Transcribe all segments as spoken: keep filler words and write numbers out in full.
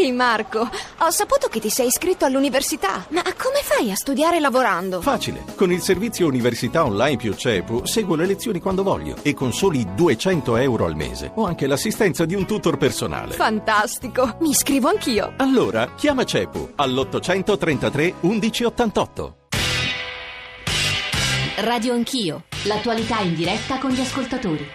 Ehi Marco, ho saputo che ti sei iscritto all'università. Ma come fai a studiare lavorando? Facile. Con il servizio Università Online più CEPU seguo le lezioni quando voglio e con soli duecento euro al mese ho anche l'assistenza di un tutor personale. Fantastico, mi iscrivo anch'io. Allora chiama CEPU all'ottocentotrentatré undici ottantotto. Radio Anch'io, l'attualità in diretta con gli ascoltatori.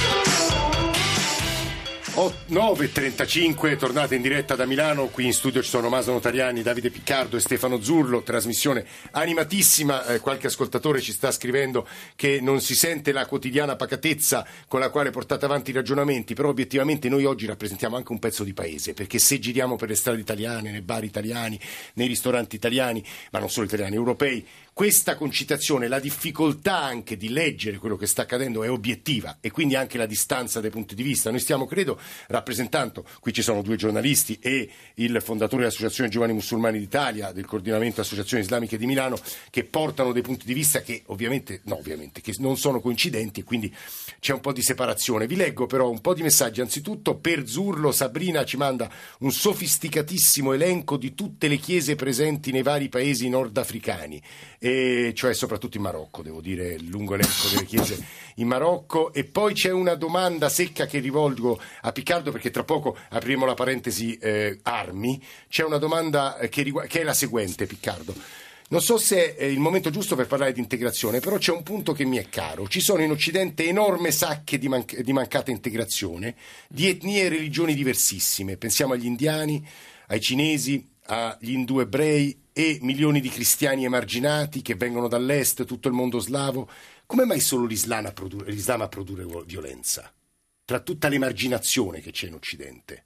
nove e trentacinque, tornate in diretta da Milano. Qui in studio ci sono Maso Notarianni, Davide Piccardo e Stefano Zurlo. Trasmissione animatissima. Eh, qualche ascoltatore ci sta scrivendo che non si sente la quotidiana pacatezza con la quale portate avanti i ragionamenti, però obiettivamente noi oggi rappresentiamo anche un pezzo di paese, perché se giriamo per le strade italiane, nei bar italiani, nei ristoranti italiani, ma non solo italiani, europei, questa concitazione, la difficoltà anche di leggere quello che sta accadendo è obiettiva, e quindi anche la distanza dei punti di vista. Noi stiamo, credo, rappresentando, qui ci sono due giornalisti e il fondatore dell'Associazione Giovani Musulmani d'Italia, del coordinamento Associazioni Islamiche di Milano, che portano dei punti di vista che ovviamente, no ovviamente, che non sono coincidenti, e quindi c'è un po' di separazione. Vi leggo però un po' di messaggi. Anzitutto per Zurlo, Sabrina ci manda un sofisticatissimo elenco di tutte le chiese presenti nei vari paesi nordafricani, e cioè soprattutto in Marocco, devo dire, lungo elenco delle chiese in Marocco. E poi c'è una domanda secca che rivolgo a Piccardo, perché tra poco apriremo la parentesi eh, armi. C'è una domanda che, rigu- che è la seguente, Piccardo. Non so se è il momento giusto per parlare di integrazione, però c'è un punto che mi è caro. Ci sono in Occidente enorme sacche di, man- di mancata integrazione di etnie e religioni diversissime. Pensiamo agli indiani, ai cinesi, agli indù ebrei e milioni di cristiani emarginati che vengono dall'est, tutto il mondo slavo. Come mai solo l'Islam a produrre, l'Islam a produrre violenza? Tra tutta l'emarginazione che c'è in Occidente.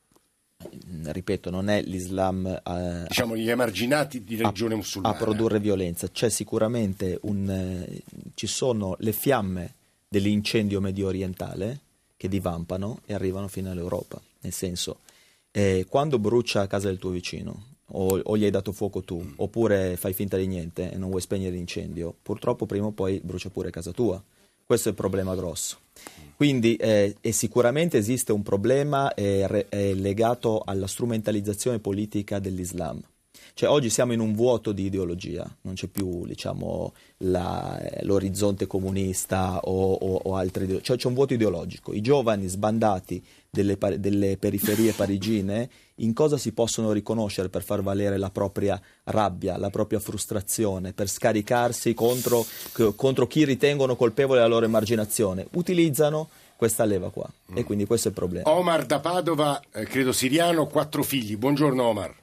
Ripeto, non è l'Islam a, diciamo gli emarginati di religione a, musulmana a produrre violenza. C'è sicuramente un eh, ci sono le fiamme dell'incendio medio orientale che divampano e arrivano fino all'Europa. Nel senso, eh, quando brucia a casa del tuo vicino, o, o gli hai dato fuoco tu, mm. oppure fai finta di niente e non vuoi spegnere l'incendio, purtroppo prima o poi brucia pure casa tua. Questo è il problema grosso. Quindi eh, e sicuramente esiste un problema eh, re, eh, legato alla strumentalizzazione politica dell'Islam. Cioè oggi siamo in un vuoto di ideologia, non c'è più diciamo la, l'orizzonte comunista o, o, o altre ideologie, cioè c'è un vuoto ideologico. I giovani sbandati delle, delle periferie parigine in cosa si possono riconoscere per far valere la propria rabbia, la propria frustrazione, per scaricarsi contro, contro chi ritengono colpevole della loro emarginazione? Utilizzano questa leva qua mm. e quindi questo è il problema. Omar da Padova, eh, credo siriano, quattro figli. Buongiorno Omar.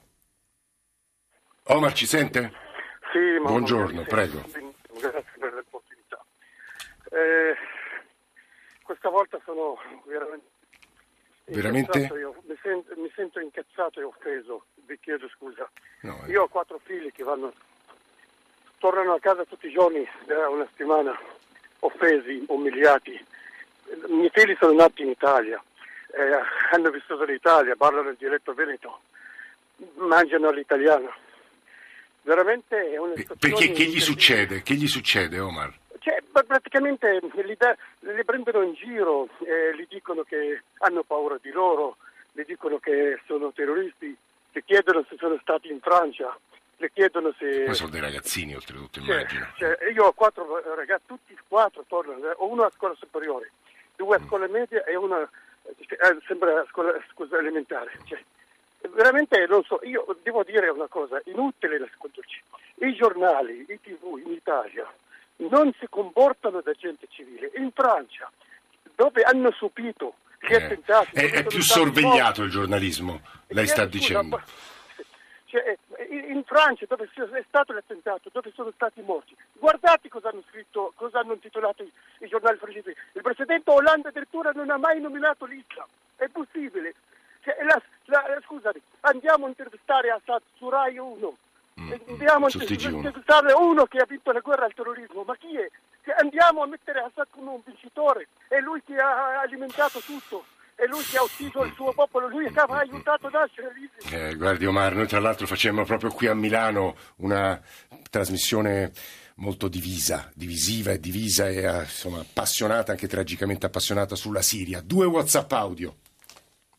Omar ci sente? Sì, ma buongiorno, prego. Grazie per l'opportunità. Eh, questa volta sono veramente... Veramente? Io, mi, sento, mi sento incazzato e offeso, vi chiedo scusa. No, eh. Io ho quattro figli che vanno, tornano a casa tutti i giorni da una settimana, offesi, umiliati. I miei figli sono nati in Italia, eh, hanno vissuto in Italia, parlano il dialetto veneto, mangiano all'italiano. Veramente è una situazione... Perché che gli succede? Che gli succede, Omar? Cioè, praticamente li, da, li prendono in giro, eh, gli dicono che hanno paura di loro, gli dicono che sono terroristi, gli chiedono se sono stati in Francia, gli chiedono se... Poi sono dei ragazzini oltretutto, cioè, immagino. Cioè, io ho quattro ragazzi, tutti quattro tornano, ho uno a scuola superiore, due a scuola media e uno eh, sembra a scuola, scusa, elementare. Cioè, veramente non so, io devo dire una cosa, inutile nasconderci. I giornali, i tivù in Italia non si comportano da gente civile. In Francia, dove hanno subito gli eh, attentati... È, è più sorvegliato morti. Il giornalismo, lei sta scusa, dicendo. Cioè, in Francia, dove è stato l'attentato, dove sono stati morti, guardate cosa hanno scritto, cosa hanno intitolato i, i giornali francesi. Il presidente Hollande addirittura non ha mai nominato l'Islam. È possibile? Cioè, la, la, scusate, andiamo a intervistare Assad su Rai uno. Mm, andiamo a intervistare uno che ha vinto la guerra al terrorismo. Ma chi è? Cioè, andiamo a mettere Assad come un vincitore. È lui che ha alimentato tutto. È lui che ha ucciso il suo popolo. Lui che ha aiutato a nascere l'ISIS. Eh, guardi Omar, noi tra l'altro facemmo proprio qui a Milano una trasmissione molto divisa, divisiva e divisa e insomma appassionata, anche tragicamente appassionata sulla Siria. Due WhatsApp audio.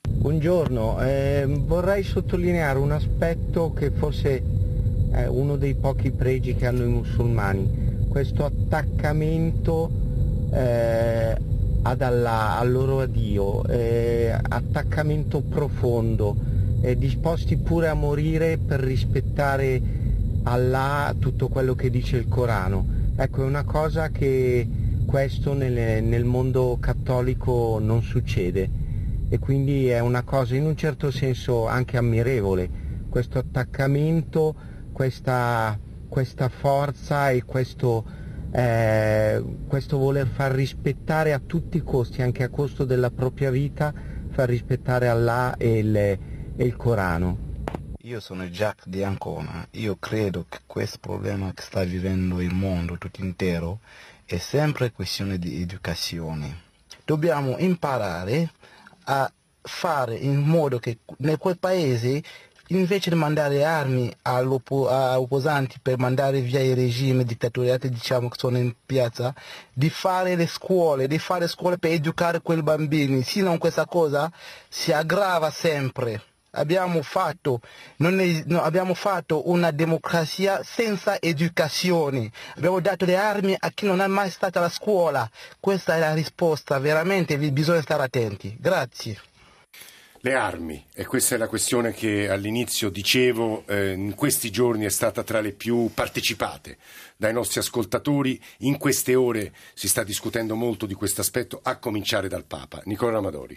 Buongiorno, eh, vorrei sottolineare un aspetto che forse è uno dei pochi pregi che hanno i musulmani, questo attaccamento eh, ad Allah, al loro Dio, eh, attaccamento profondo, eh, disposti pure a morire per rispettare Allah, tutto quello che dice il Corano. Ecco, è una cosa che questo nel, nel mondo cattolico non succede e quindi è una cosa in un certo senso anche ammirevole, questo attaccamento, questa, questa forza e questo Eh, questo voler far rispettare a tutti i costi, anche a costo della propria vita, far rispettare Allah e il, e il Corano. Io sono Jack di Ancona, io credo che questo problema che sta vivendo il mondo tutto intero è sempre questione di educazione. Dobbiamo imparare a fare in modo che in quel paese, invece di mandare armi agli opposanti per mandare via i regimi dittatoriali, diciamo, che sono in piazza, di fare le scuole, di fare scuole per educare quei bambini, se non questa cosa si aggrava sempre. Abbiamo fatto, non è, no, abbiamo fatto una democrazia senza educazione, abbiamo dato le armi a chi non è mai stata alla scuola. Questa è la risposta, veramente bisogna stare attenti. Grazie. Le armi, e questa è la questione che all'inizio dicevo, eh, in questi giorni è stata tra le più partecipate dai nostri ascoltatori. In queste ore si sta discutendo molto di questo aspetto, a cominciare dal Papa. Nicola Amadori.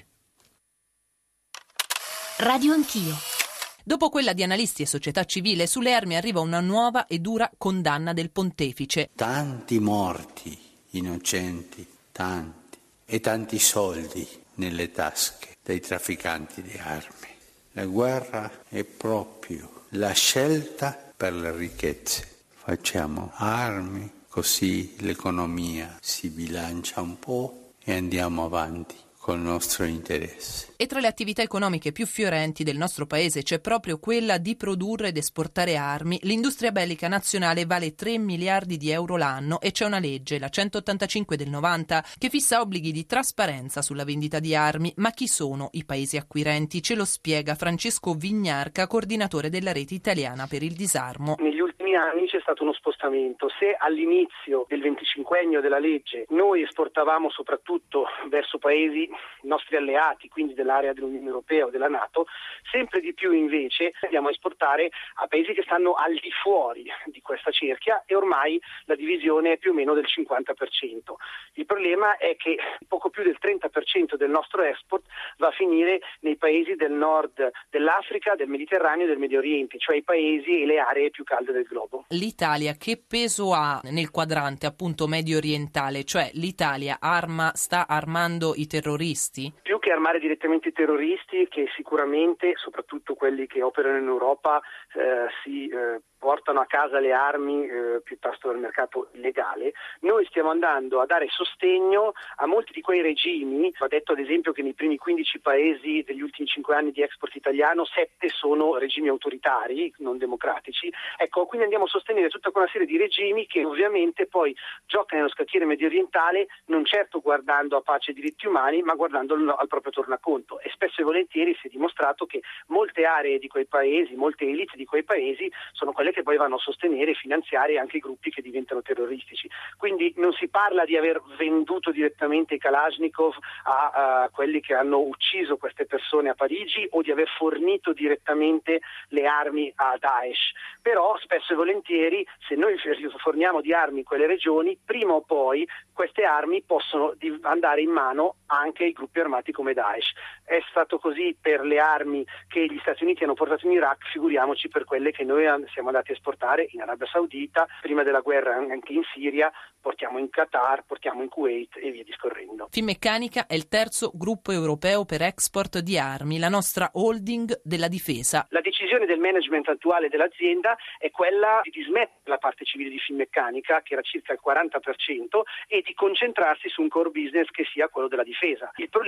Radio Anch'io. Dopo quella di analisti e società civile, sulle armi arriva una nuova e dura condanna del pontefice. Tanti morti innocenti, tanti, e tanti soldi nelle tasche dei trafficanti di armi. La guerra è proprio la scelta per le ricchezze. Facciamo armi, così l'economia si bilancia un po' e andiamo avanti col nostro interesse. E tra le attività economiche più fiorenti del nostro paese c'è proprio quella di produrre ed esportare armi. L'industria bellica nazionale vale tre miliardi di euro l'anno e c'è una legge, la centottantacinque del novanta, che fissa obblighi di trasparenza sulla vendita di armi. Ma chi sono i paesi acquirenti? Ce lo spiega Francesco Vignarca, coordinatore della rete italiana per il disarmo. Negli ultimi anni c'è stato uno spostamento. Se all'inizio del venticinquennio della legge noi esportavamo soprattutto verso paesi nostri alleati, quindi dell'area dell'Unione Europea o della NATO, sempre di più invece andiamo a esportare a paesi che stanno al di fuori di questa cerchia e ormai la divisione è più o meno del cinquanta per cento. Il problema è che poco più del trenta per cento del nostro export va a finire nei paesi del nord dell'Africa, del Mediterraneo e del Medio Oriente, cioè i paesi e le aree più calde del globo. L'Italia che peso ha nel quadrante appunto medio orientale? Cioè l'Italia arma, sta armando i terroristi? Più che armare direttamente i terroristi, che sicuramente, soprattutto quelli che operano in Europa, eh, si eh, portano a casa le armi eh, piuttosto dal mercato illegale, noi stiamo andando a dare sostegno a molti di quei regimi. Va detto ad esempio che nei primi quindici paesi degli ultimi cinque anni di export italiano, sette sono regimi autoritari, non democratici. Ecco, quindi andiamo a sostenere tutta una serie di regimi che ovviamente poi giocano nello scacchiere medio orientale, non certo guardando a pace e diritti umani, ma guardando al proprio tornaconto. E spesso e volentieri si è dimostrato che molte aree di quei paesi, molte elite di quei paesi sono quelle che poi vanno a sostenere e finanziare anche i gruppi che diventano terroristici. Quindi non si parla di aver venduto direttamente i Kalashnikov a, a quelli che hanno ucciso queste persone a Parigi o di aver fornito direttamente le armi a Daesh. Però spesso e volentieri, se noi forniamo di armi in quelle regioni, prima o poi queste armi possono andare in mano anche ai gruppi armati come Daesh. È stato così per le armi che gli Stati Uniti hanno portato in Iraq, figuriamoci per quelle che noi siamo andati a esportare in Arabia Saudita, prima della guerra anche in Siria, portiamo in Qatar, portiamo in Kuwait e via discorrendo. Finmeccanica è il terzo gruppo europeo per export di armi, la nostra holding della difesa. La decisione del management attuale dell'azienda è quella di dismettere la parte civile di Finmeccanica, che era circa il quaranta per cento, e di concentrarsi su un core business che sia quello della difesa. Il problema è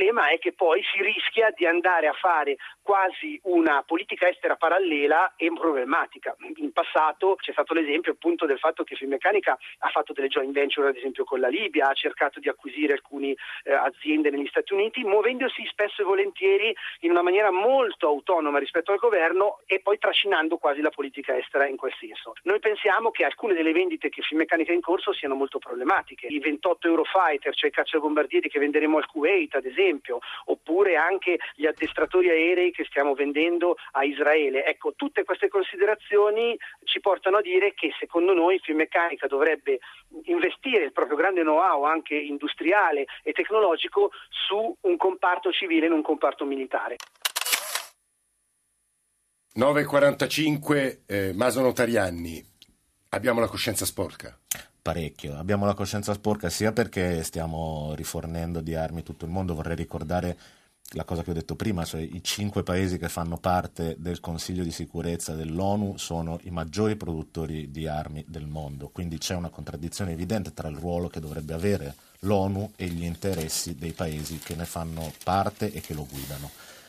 perché poi si rischia di andare a fare quasi una politica estera parallela e problematica. In passato c'è stato l'esempio appunto del fatto che Finmeccanica ha fatto delle joint venture ad esempio con la Libia, ha cercato di acquisire alcune eh, aziende negli Stati Uniti, muovendosi spesso e volentieri in una maniera molto autonoma rispetto al governo e poi trascinando quasi la politica estera in quel senso. Noi pensiamo che alcune delle vendite che Finmeccanica ha in corso siano molto problematiche. I ventotto Eurofighter, cioè i cacciabombardieri che venderemo al Kuwait ad esempio, oppure anche gli addestratori aerei che stiamo vendendo a Israele. Ecco, tutte queste considerazioni ci portano a dire che secondo noi Finmeccanica dovrebbe investire il proprio grande know-how anche industriale e tecnologico su un comparto civile e non un comparto militare. nove e quarantacinque, eh, Maso Notarianni, abbiamo la coscienza sporca? Parecchio, abbiamo la coscienza sporca sia perché stiamo rifornendo di armi tutto il mondo. Vorrei ricordare la cosa che ho detto prima, cioè i cinque paesi che fanno parte del Consiglio di sicurezza dell'ONU sono i maggiori produttori di armi del mondo, quindi c'è una contraddizione evidente tra il ruolo che dovrebbe avere l'ONU e gli interessi dei paesi che ne fanno parte e che lo guidano.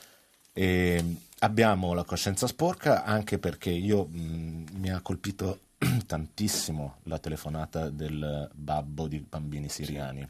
E abbiamo la coscienza sporca anche perché io mh, mi ha colpito tantissimo la telefonata del babbo di bambini siriani.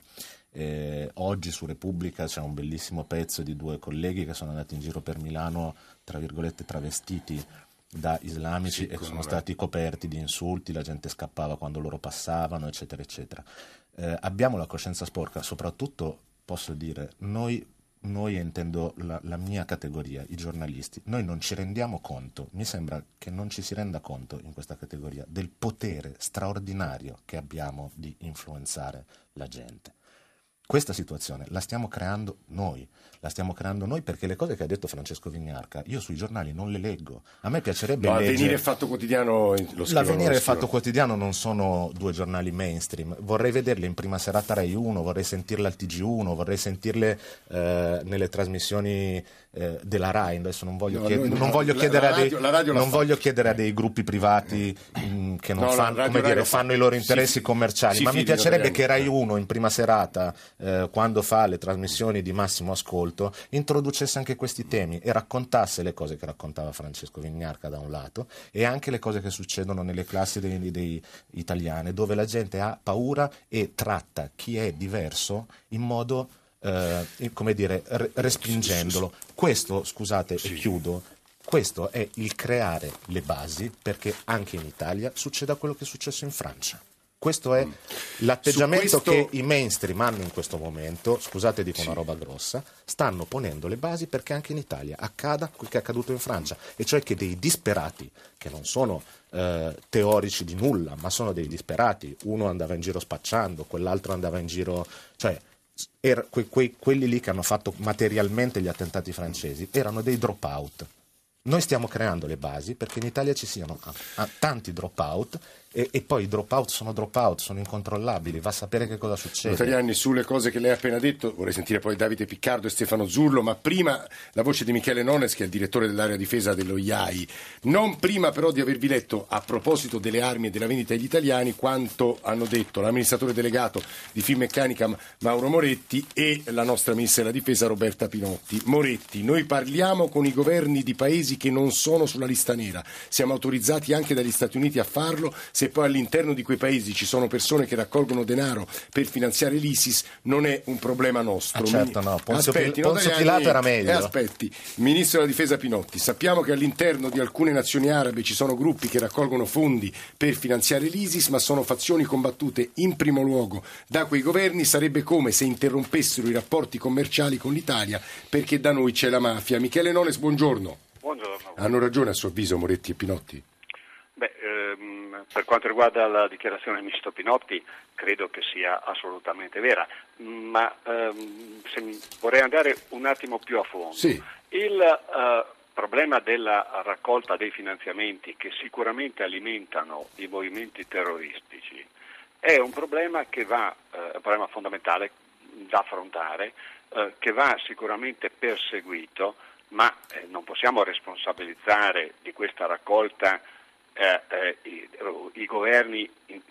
Eh, oggi su Repubblica c'è un bellissimo pezzo di due colleghi che sono andati in giro per Milano, tra virgolette, travestiti da islamici, sì, e sono stati coperti di insulti, la gente scappava quando loro passavano, eccetera, eccetera. Eh, abbiamo la coscienza sporca, soprattutto posso dire, noi, noi intendo la, la mia categoria, i giornalisti, noi non ci rendiamo conto, mi sembra che non ci si renda conto in questa categoria del potere straordinario che abbiamo di influenzare la gente. Questa situazione la stiamo creando noi, la stiamo creando noi perché le cose che ha detto Francesco Vignarca io sui giornali non le leggo. A me piacerebbe no, leggere... L'Avvenire e il Fatto Quotidiano lo scrivono. L'Avvenire e il Fatto Quotidiano non sono due giornali mainstream. Vorrei vederle in prima serata Rai uno, vorrei sentirle al T G uno, vorrei sentirle eh, nelle trasmissioni eh, della Rai. Adesso non voglio, no, chied- no, non voglio la, chiedere, la radio, a, dei, non voglio chiedere a dei gruppi privati mh, che non no, fanno, radio, come dire, fanno i loro interessi sì, commerciali, sì, ma sì, mi piacerebbe sì, che Rai uno in prima serata, eh, quando fa le trasmissioni di massimo ascolto, introducesse anche questi temi e raccontasse le cose che raccontava Francesco Vignarca da un lato e anche le cose che succedono nelle classi dei, dei italiane, dove la gente ha paura e tratta chi è diverso in modo eh, come dire re- respingendolo. Questo, scusate, e chiudo, questo è il creare le basi perché anche in Italia succeda quello che è successo in Francia. Questo è l'atteggiamento questo... che i mainstream hanno in questo momento, scusate dico sì. una roba grossa, stanno ponendo le basi perché anche in Italia accada quel che è accaduto in Francia, e cioè che dei disperati, che non sono eh, teorici di nulla, ma sono dei disperati, uno andava in giro spacciando, quell'altro andava in giro, cioè er, que, que, quelli lì che hanno fatto materialmente gli attentati francesi erano dei drop out. Noi stiamo creando le basi perché in Italia ci siano ah, ah, tanti drop out e, e poi i drop out sono drop out, sono incontrollabili, va a sapere che cosa succede. Notarianni, sulle cose che lei ha appena detto vorrei sentire poi Davide Piccardo e Stefano Zurlo, ma prima la voce di Michele Nones, che è il direttore dell'area difesa dello I A I. Non prima però di avervi letto, a proposito delle armi e della vendita agli italiani, quanto hanno detto l'amministratore delegato di Finmeccanica Mauro Moretti e la nostra ministra della difesa Roberta Pinotti. Moretti: noi parliamo con i governi di paesi che non sono sulla lista nera, siamo autorizzati anche dagli Stati Uniti a farlo. Se poi all'interno di quei paesi ci sono persone che raccolgono denaro per finanziare l'ISIS, non è un problema nostro. Ah, certo, no. Ponzio, aspetti, Ponzio Pilato era meglio. E aspetti, Ministro della Difesa Pinotti, sappiamo che all'interno di alcune nazioni arabe ci sono gruppi che raccolgono fondi per finanziare l'ISIS, ma sono fazioni combattute in primo luogo da quei governi. Sarebbe come se interrompessero i rapporti commerciali con l'Italia perché da noi c'è la mafia. Michele Nones, buongiorno. Buongiorno. Hanno ragione a suo avviso Moretti e Pinotti? Beh, ehm, per quanto riguarda la dichiarazione del ministro Pinotti, credo che sia assolutamente vera, ma ehm, se, vorrei andare un attimo più a fondo. Sì. Il eh, problema della raccolta dei finanziamenti, che sicuramente alimentano i movimenti terroristici, è un problema che va, eh, un problema fondamentale da affrontare, eh, che va sicuramente perseguito, ma eh, non possiamo responsabilizzare di questa raccolta eh, eh, i, i governi in,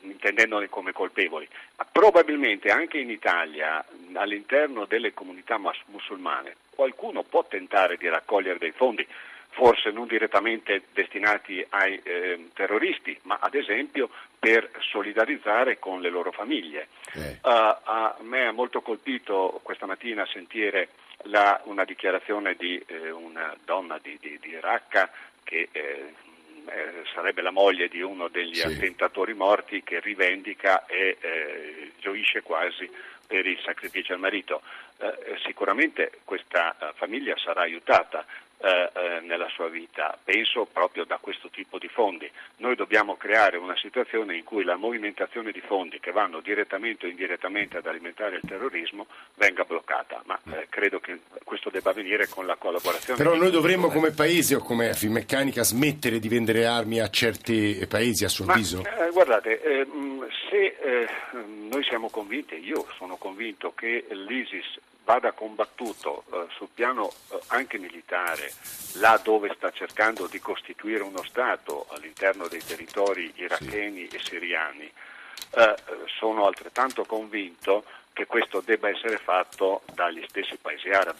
intendendoli come colpevoli. Probabilmente anche in Italia, all'interno delle comunità musulmane, qualcuno può tentare di raccogliere dei fondi, forse non direttamente destinati ai eh, terroristi, ma ad esempio per solidarizzare con le loro famiglie. Eh. Uh, a me ha molto colpito questa mattina sentire la, una dichiarazione di eh, una donna di, di, di Raqqa che eh, eh, sarebbe la moglie di uno degli sì. attentatori morti, che rivendica e eh, gioisce quasi per il sacrificio al marito. Eh, sicuramente questa uh, famiglia sarà aiutata Eh, eh, nella sua vita, penso proprio da questo tipo di fondi. Noi dobbiamo creare una situazione in cui la movimentazione di fondi che vanno direttamente o indirettamente ad alimentare il terrorismo venga bloccata, ma eh, credo che questo debba avvenire con la collaborazione. Però noi dovremmo come paese o come Finmeccanica smettere di vendere armi a certi paesi, a suo ma, avviso? Eh, guardate, eh, se eh, noi siamo convinti, io sono convinto che l'ISIS vada combattuto eh, sul piano eh, anche militare, là dove sta cercando di costituire uno Stato all'interno dei territori iracheni sì. e siriani, eh, sono altrettanto convinto che questo debba essere fatto dagli stessi paesi arabi.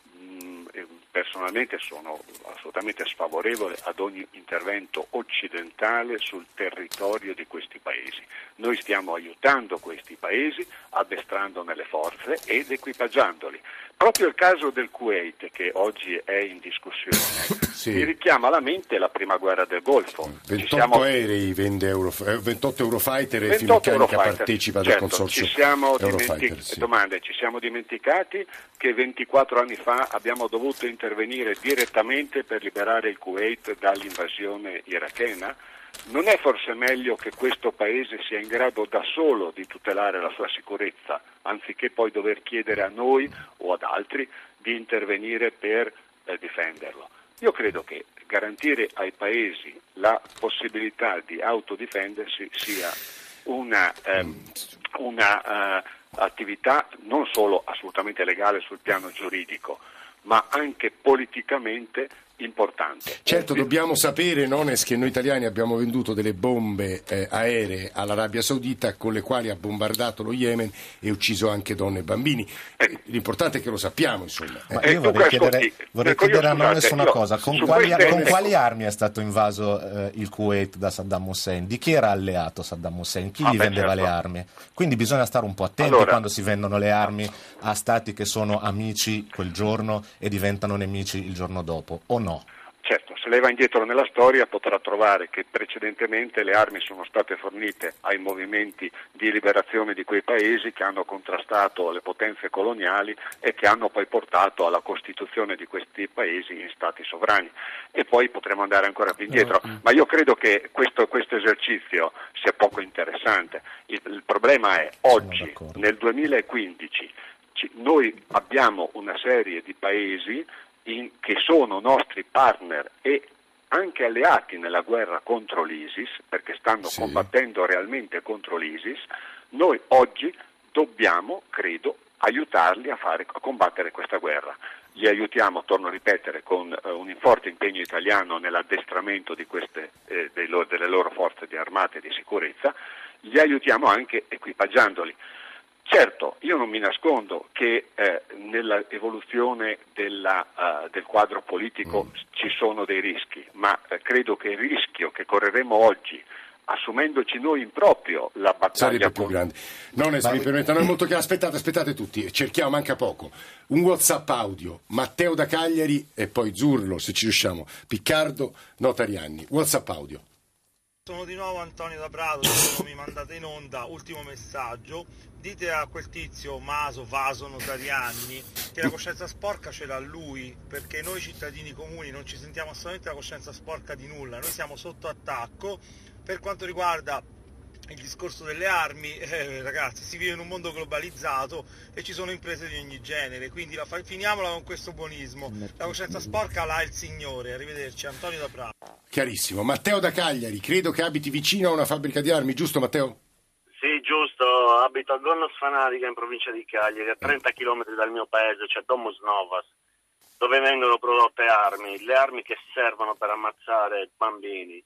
Mm, personalmente sono assolutamente sfavorevole ad ogni intervento occidentale sul territorio di questi paesi. Noi stiamo aiutando questi paesi, addestrandone le forze ed equipaggiandoli. Proprio il caso del Kuwait, che oggi è in discussione, sì. mi richiama alla mente la prima guerra del Golfo. ventotto ci siamo... aerei vende Euro... ventotto Eurofighter e Finmeccanica partecipa certo, del consorzio ci siamo Eurofighter. Dimentic... Sì. Domande, ci siamo dimenticati che ventiquattro anni fa abbiamo dovuto intervenire direttamente per liberare il Kuwait dall'invasione irachena? Non è forse meglio che questo paese sia in grado da solo di tutelare la sua sicurezza, anziché poi dover chiedere a noi o ad altri di intervenire per eh, difenderlo? Io credo che garantire ai paesi la possibilità di autodifendersi sia una, ehm, una uh, attività non solo assolutamente legale sul piano giuridico, ma anche politicamente importante. Certo, dobbiamo sapere, Nones, che noi italiani abbiamo venduto delle bombe eh, aeree all'Arabia Saudita con le quali ha bombardato lo Yemen e ucciso anche donne e bambini. Eh, L'importante è che lo sappiamo, insomma. Eh. Ma io vorrei chiedere, vorrei chiedere a Nones una cosa: con quali, con quali armi è stato invaso eh, il Kuwait da Saddam Hussein? Di chi era alleato Saddam Hussein? Chi ah, gli beh, vendeva certo. le armi? Quindi bisogna stare un po' attenti allora, quando si vendono le armi a stati che sono amici quel giorno e diventano nemici il giorno dopo, o no? Certo, se lei va indietro nella storia potrà trovare che precedentemente le armi sono state fornite ai movimenti di liberazione di quei paesi che hanno contrastato le potenze coloniali e che hanno poi portato alla costituzione di questi paesi in stati sovrani. E poi potremo andare ancora più indietro, no. ma io credo che questo, questo esercizio sia poco interessante. Il, il problema è oggi, nel duemilaquindici, ci, noi abbiamo una serie di paesi In, che sono nostri partner e anche alleati nella guerra contro l'ISIS, perché stanno sì. combattendo realmente contro l'ISIS. Noi oggi dobbiamo, credo, aiutarli a, fare, a combattere questa guerra. Li aiutiamo, torno a ripetere, con uh, un forte impegno italiano nell'addestramento di queste, eh, dei loro, delle loro forze di armate e di sicurezza, li aiutiamo anche equipaggiandoli. Certo, io non mi nascondo che eh, nella evoluzione della, uh, del quadro politico mm. ci sono dei rischi, ma eh, credo che il rischio che correremo oggi, assumendoci noi in proprio la battaglia sarebbe più grande. Non è, se mi permetta, non è molto chiaro. Aspettate, aspettate tutti, cerchiamo, manca poco. Un WhatsApp audio, Matteo da Cagliari e poi Zurlo, se ci riusciamo, Piccardo, Notarianni. WhatsApp audio. Sono di nuovo Antonio da Prato, se mi mandate in onda, ultimo messaggio, dite a quel tizio Maso, Vaso, Notarianni che la coscienza sporca ce l'ha lui, perché noi cittadini comuni non ci sentiamo assolutamente la coscienza sporca di nulla, noi siamo sotto attacco. Per quanto riguarda il discorso delle armi, eh, ragazzi, si vive in un mondo globalizzato e ci sono imprese di ogni genere, quindi la fa- finiamola con questo buonismo, la coscienza sporca l'ha il Signore. Arrivederci, Antonio da Prato. Chiarissimo. Matteo da Cagliari, credo che abiti vicino a una fabbrica di armi, giusto Matteo? Sì, giusto, abito a Gornos Fanatica in provincia di Cagliari, a trenta chilometri dal mio paese, c'è Domus Novas, dove vengono prodotte armi, le armi che servono per ammazzare bambini.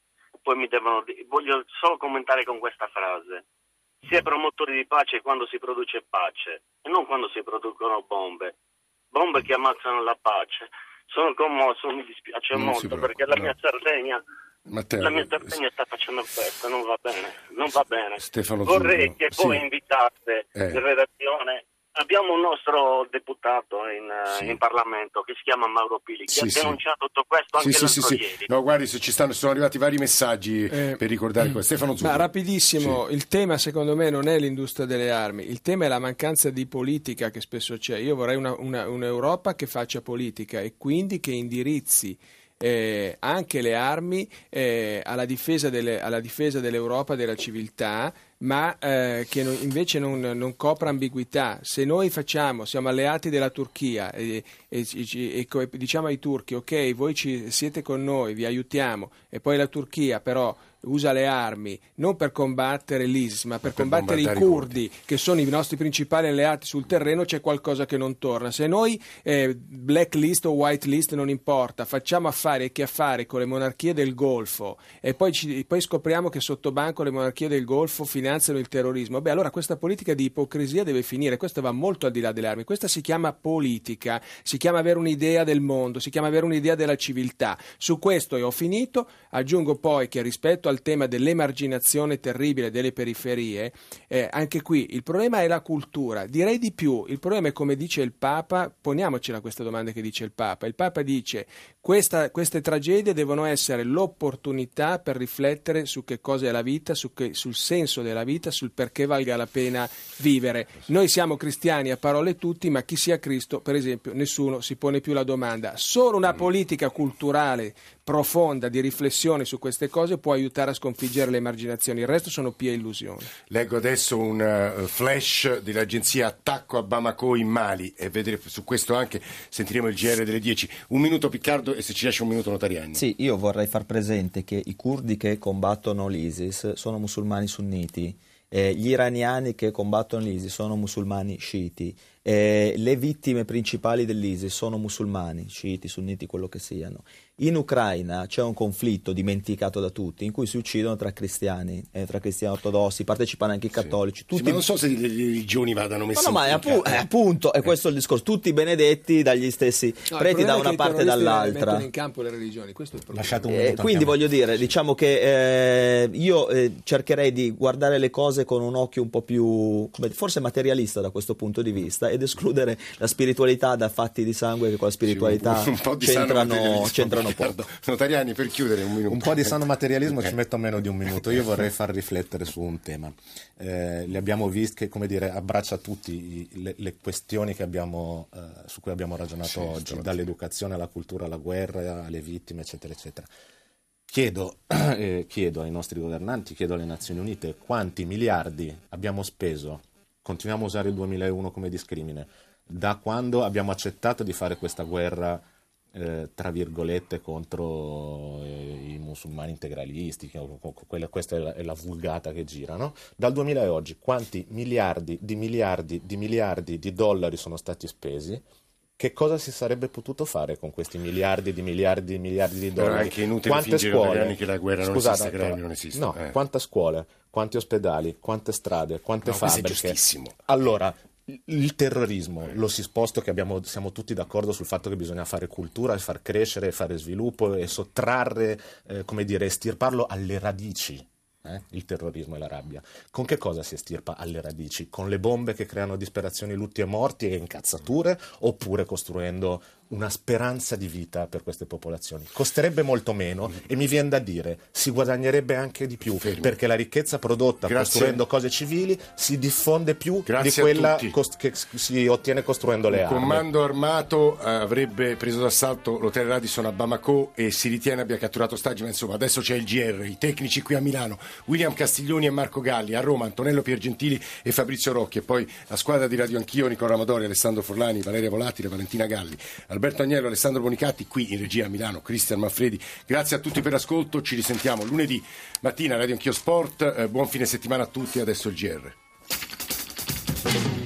poi mi devono... Voglio solo commentare con questa frase. Si è promotori di pace quando si produce pace e non quando si producono bombe. Bombe che ammazzano la pace. Sono commosso, mi dispiace non molto perché la no. mia Sardegna... Matteo, la mia Sardegna sta facendo questo, non va bene, non va bene. Stefano Vorrei Zurlo, che sì. voi invitate Eh. in redazione. Abbiamo un nostro deputato in, Sì. in Parlamento che si chiama Mauro Pili, che Sì, ha sì. denunciato tutto questo anche Sì, sì, sì, l'altro sì. ieri. No, guardi, se ci stanno, sono arrivati vari messaggi Eh, per ricordare questo. Stefano Zurlo. Ma rapidissimo, il tema secondo me non è l'industria delle armi, il tema è la mancanza di politica che spesso c'è. Io vorrei una, una, un'Europa che faccia politica e quindi che indirizzi eh, anche le armi eh, alla, difesa delle, alla difesa dell'Europa, della civiltà, ma eh, che non, invece non, non copra ambiguità. Se noi facciamo, siamo alleati della Turchia e, e, e, e diciamo ai turchi ok, voi ci, siete con noi, vi aiutiamo, e poi la Turchia però usa le armi non per combattere l'ISIS ma per, per combattere i curdi, che sono i nostri principali alleati sul terreno, c'è qualcosa che non torna. Se noi eh, blacklist o whitelist non importa, facciamo affari e che affari con le monarchie del Golfo e poi, ci, poi scopriamo che sotto banco le monarchie del Golfo finanziano il terrorismo, beh allora questa politica di ipocrisia deve finire. Questo va molto al di là delle armi, questa si chiama politica, si chiama avere un'idea del mondo, si chiama avere un'idea della civiltà. Su questo io ho finito, aggiungo poi che rispetto al al tema dell'emarginazione terribile delle periferie, eh, anche qui il problema è la cultura. Direi di più, il problema è come dice il Papa, poniamocela questa domanda che dice il Papa. Il Papa dice questa, queste tragedie devono essere l'opportunità per riflettere su che cosa è la vita, su che, sul senso della vita, sul perché valga la pena vivere. Noi siamo cristiani a parole tutti, ma chi sia Cristo, per esempio, nessuno si pone più la domanda. Solo una politica culturale profonda di riflessione su queste cose può aiutare a sconfiggere le emarginazioni, il resto sono pie illusioni. Leggo adesso un uh, flash dell'agenzia Attacco a Bamako in Mali e vedremo su questo anche, sentiremo il G R delle dieci. Un minuto Piccardo e se ci riesce un minuto Notarianni. Sì, io vorrei far presente che i curdi che combattono l'ISIS sono musulmani sunniti, eh, gli iraniani che combattono l'ISIS sono musulmani sciiti. Eh, le vittime principali dell'ISIS sono musulmani, sciiti, sunniti, quello che siano. In Ucraina c'è un conflitto dimenticato da tutti in cui si uccidono tra cristiani, eh, tra cristiani ortodossi, partecipano anche i cattolici. Sì. Tutti... Sì, ma non so se le religioni vadano messe no, no, in ma è, appu- è appunto, è questo il discorso, tutti benedetti dagli stessi no, preti da una parte e dall'altra. Mettono in campo le religioni, questo è il problema. Lasciate un Eh, quindi voglio dire, diciamo che eh, io eh, cercherei di guardare le cose con un occhio un po' più, come, forse materialista da questo punto di vista, ed escludere la spiritualità da fatti di sangue che con la spiritualità sì, un, un po' di c'entrano, c'entrano poco. Notariani, per chiudere un minuto. Un po' di sano materialismo okay. Ci metto meno di un minuto. Io vorrei far riflettere su un tema. Eh, li abbiamo visti che, come dire, abbraccia tutti i, le, le questioni che abbiamo, eh, su cui abbiamo ragionato sì, oggi, dall'educazione alla cultura, alla guerra, alle vittime, eccetera, eccetera. Chiedo, eh, chiedo ai nostri governanti, chiedo alle Nazioni Unite quanti miliardi abbiamo speso, continuiamo a usare il duemilauno come discrimine, da quando abbiamo accettato di fare questa guerra Eh, tra virgolette contro eh, i musulmani integralisti, che, quella, questa è la, è la vulgata che gira, no? Dal duemila a oggi quanti miliardi di miliardi di miliardi di dollari sono stati spesi? Che cosa si sarebbe potuto fare con questi miliardi di miliardi di miliardi di dollari? Però è anche inutile quante scuole? Che la guerra non Scusate, esiste, che l'anno non esiste. No, eh. quante scuole, quanti ospedali, quante strade, quante no, questo fabbriche? È giustissimo. Allora, il terrorismo, lo si sposto che abbiamo, siamo tutti d'accordo sul fatto che bisogna fare cultura, far crescere, fare sviluppo e sottrarre, eh, come dire, estirparlo alle radici. Eh? Il terrorismo e la rabbia. Con che cosa si estirpa alle radici? Con le bombe che creano disperazioni, lutti e morti e incazzature, oppure costruendo una speranza di vita per queste popolazioni? Costerebbe molto meno e mi viene da dire si guadagnerebbe anche di più. Fermi. Perché la ricchezza prodotta Grazie. costruendo cose civili si diffonde più Grazie di quella cost- che si ottiene costruendo le Il armi. Il comando armato eh, avrebbe preso d'assalto l'hotel Radisson a Bamako e si ritiene abbia catturato ostaggi, ma insomma adesso c'è il G R, i tecnici qui a Milano, William Castiglioni e Marco Galli, a Roma Antonello Piergentili e Fabrizio Rocchi, e poi la squadra di Radio Anch'io, Nicola Amadori, Alessandro Forlani, Valeria Volatile, Valentina Galli, Alberto Agnello, Alessandro Bonicatti, qui in regia a Milano, Cristian Manfredi. Grazie a tutti per l'ascolto, ci risentiamo lunedì mattina Radio Anch'io Sport, eh, buon fine settimana a tutti, adesso il G R.